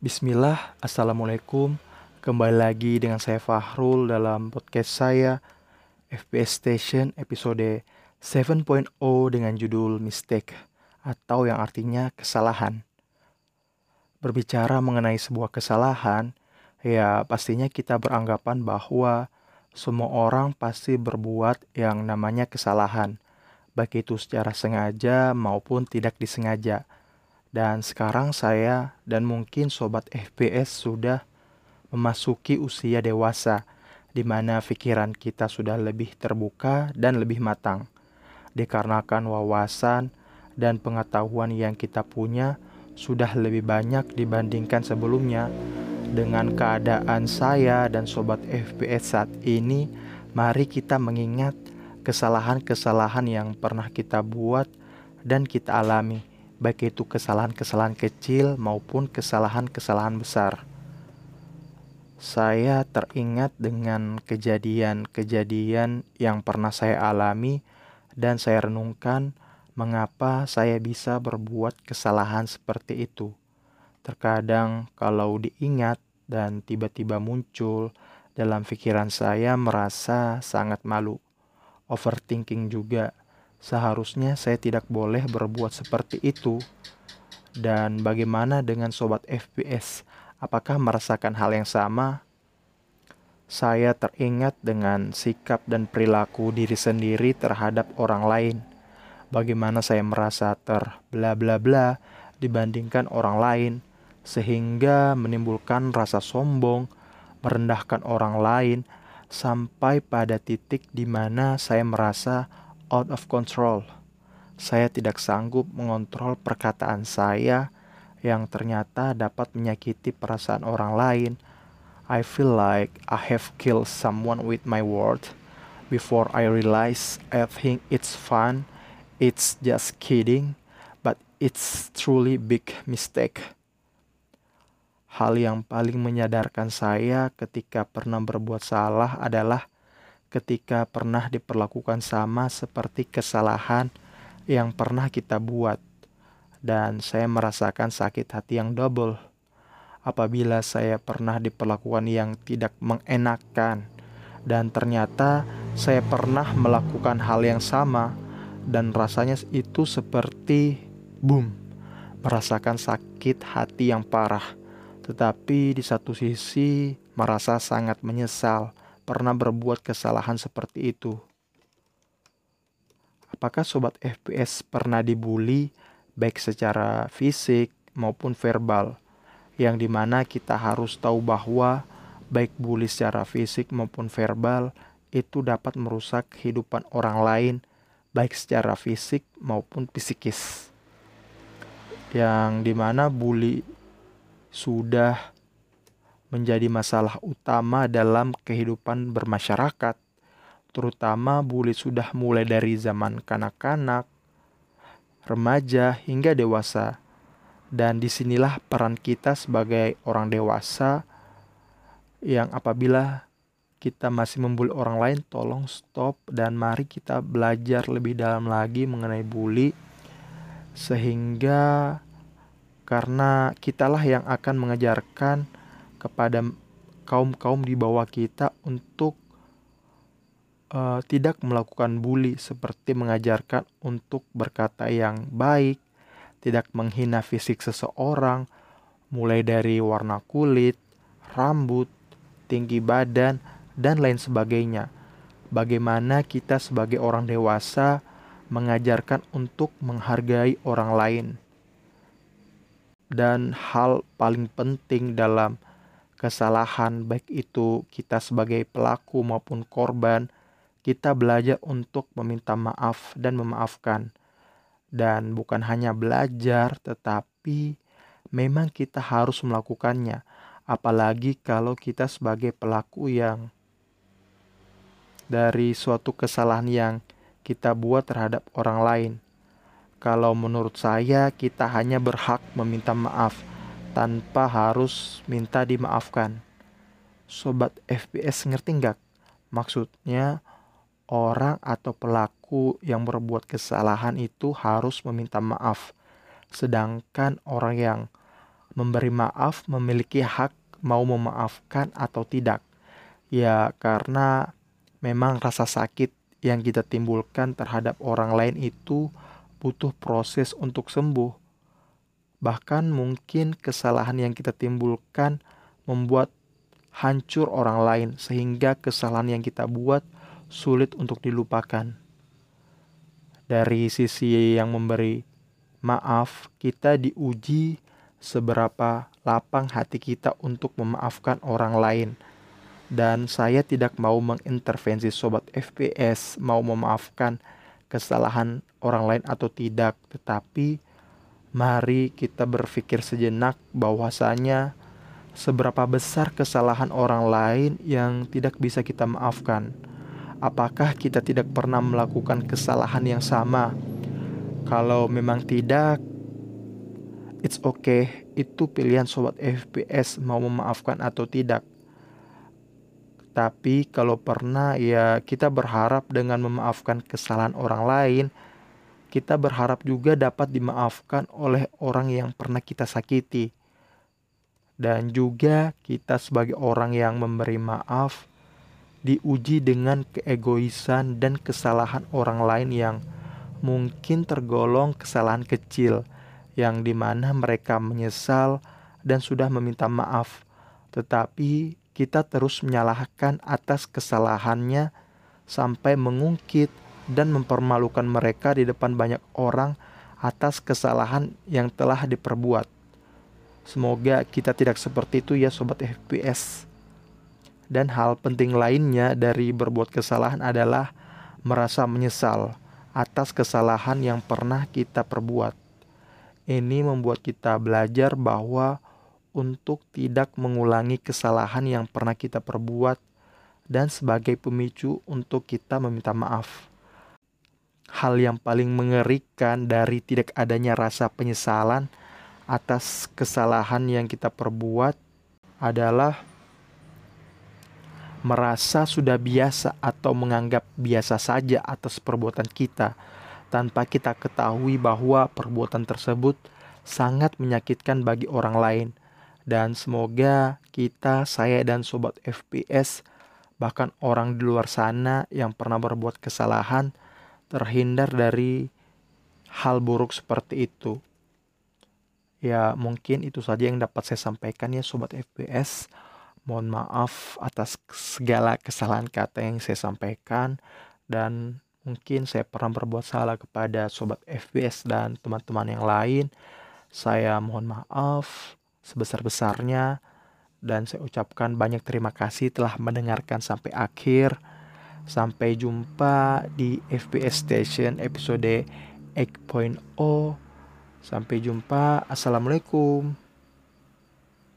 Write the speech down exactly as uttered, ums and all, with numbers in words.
Bismillah, Assalamualaikum. Kembali lagi dengan saya Fahrul dalam podcast saya F P S Station episode tujuh titik nol dengan judul Mistake atau yang artinya kesalahan. Berbicara mengenai sebuah kesalahan, ya pastinya kita beranggapan bahwa semua orang pasti berbuat yang namanya kesalahan, baik itu secara sengaja maupun tidak disengaja. Dan sekarang saya dan mungkin sobat F P S sudah memasuki usia dewasa, di mana pikiran kita sudah lebih terbuka dan lebih matang. Dikarenakan wawasan dan pengetahuan yang kita punya sudah lebih banyak dibandingkan sebelumnya. Dengan keadaan saya dan sobat F P S saat ini, mari kita mengingat kesalahan-kesalahan yang pernah kita buat dan kita alami, baik itu kesalahan-kesalahan kecil maupun kesalahan-kesalahan besar. Saya teringat dengan kejadian-kejadian yang pernah saya alami dan saya renungkan mengapa saya bisa berbuat kesalahan seperti itu. Terkadang kalau diingat dan tiba-tiba muncul dalam pikiran saya merasa sangat malu. Overthinking juga. Seharusnya saya tidak boleh berbuat seperti itu. Dan bagaimana dengan sobat F P S? Apakah merasakan hal yang sama? Saya teringat dengan sikap dan perilaku diri sendiri terhadap orang lain. Bagaimana saya merasa terbla bla bla dibandingkan orang lain, sehingga menimbulkan rasa sombong, merendahkan orang lain, sampai pada titik di mana saya merasa out of control. Saya tidak sanggup mengontrol perkataan saya yang ternyata dapat menyakiti perasaan orang lain. I feel like I have killed someone with my word. Before I realize I think it's fun, it's just kidding, but it's truly big mistake. Hal yang paling menyadarkan saya ketika pernah berbuat salah adalah ketika pernah diperlakukan sama seperti kesalahan yang pernah kita buat. Dan saya merasakan sakit hati yang double apabila saya pernah diperlakukan yang tidak mengenakan. Dan ternyata saya pernah melakukan hal yang sama dan rasanya itu seperti boom, merasakan sakit hati yang parah. Tetapi di satu sisi merasa sangat menyesal pernah berbuat kesalahan seperti itu. Apakah sobat F P S pernah dibully baik secara fisik maupun verbal, yang dimana kita harus tahu bahwa baik bully secara fisik maupun verbal itu dapat merusak kehidupan orang lain baik secara fisik maupun psikis, yang dimana bully sudah menjadi masalah utama dalam kehidupan bermasyarakat, terutama bully sudah mulai dari zaman kanak-kanak, remaja hingga dewasa. Dan disinilah peran kita sebagai orang dewasa yang apabila kita masih membuli orang lain, tolong stop dan mari kita belajar lebih dalam lagi mengenai bully. Sehingga karena kitalah yang akan mengajarkan kepada kaum-kaum di bawah kita untuk uh, tidak melakukan bully, seperti mengajarkan untuk berkata yang baik, tidak menghina fisik seseorang, mulai dari warna kulit, rambut, tinggi badan, dan lain sebagainya. Bagaimana kita sebagai orang dewasa mengajarkan untuk menghargai orang lain. Dan hal paling penting dalam kesalahan, baik itu kita sebagai pelaku maupun korban, kita belajar untuk meminta maaf dan memaafkan. Dan bukan hanya belajar, tetapi memang kita harus melakukannya. Apalagi kalau kita sebagai pelaku yang dari suatu kesalahan yang kita buat terhadap orang lain. Kalau menurut saya, kita hanya berhak meminta maaf tanpa harus minta dimaafkan. Sobat F P S ngerti nggak? Maksudnya orang atau pelaku yang berbuat kesalahan itu harus meminta maaf. Sedangkan orang yang memberi maaf memiliki hak mau memaafkan atau tidak. Ya, karena memang rasa sakit yang kita timbulkan terhadap orang lain itu butuh proses untuk sembuh. Bahkan mungkin kesalahan yang kita timbulkan membuat hancur orang lain sehingga kesalahan yang kita buat sulit untuk dilupakan. Dari sisi yang memberi maaf, kita diuji seberapa lapang hati kita untuk memaafkan orang lain. Dan saya tidak mau mengintervensi Sobat F P S mau memaafkan kesalahan orang lain atau tidak. Tetapi mari kita berpikir sejenak bahwasanya seberapa besar kesalahan orang lain yang tidak bisa kita maafkan. Apakah kita tidak pernah melakukan kesalahan yang sama? Kalau memang tidak, it's okay. Itu pilihan Sobat F P S mau memaafkan atau tidak. Tapi kalau pernah, ya kita berharap dengan memaafkan kesalahan orang lain, kita berharap juga dapat dimaafkan oleh orang yang pernah kita sakiti. Dan juga kita sebagai orang yang memberi maaf, diuji dengan keegoisan dan kesalahan orang lain yang mungkin tergolong kesalahan kecil, yang dimana mereka menyesal dan sudah meminta maaf. Tetapi kita terus menyalahkan atas kesalahannya sampai mengungkit dan mempermalukan mereka di depan banyak orang atas kesalahan yang telah diperbuat. Semoga kita tidak seperti itu ya Sobat F P S. Dan hal penting lainnya dari berbuat kesalahan adalah merasa menyesal atas kesalahan yang pernah kita perbuat. Ini membuat kita belajar bahwa untuk tidak mengulangi kesalahan yang pernah kita perbuat dan sebagai pemicu untuk kita meminta maaf. Hal yang paling mengerikan dari tidak adanya rasa penyesalan atas kesalahan yang kita perbuat adalah merasa sudah biasa atau menganggap biasa saja atas perbuatan kita, tanpa kita ketahui bahwa perbuatan tersebut sangat menyakitkan bagi orang lain. Dan semoga kita, saya dan Sobat F P S, bahkan orang di luar sana yang pernah berbuat kesalahan, terhindar dari hal buruk seperti itu. Ya, mungkin itu saja yang dapat saya sampaikan ya Sobat F P S. Mohon maaf atas segala kesalahan kata yang saya sampaikan, dan mungkin saya pernah berbuat salah kepada Sobat F P S dan teman-teman yang lain. Saya mohon maaf sebesar-besarnya, dan saya ucapkan banyak terima kasih telah mendengarkan sampai akhir. Sampai jumpa di F P S Station episode delapan titik nol. Sampai jumpa. Assalamualaikum.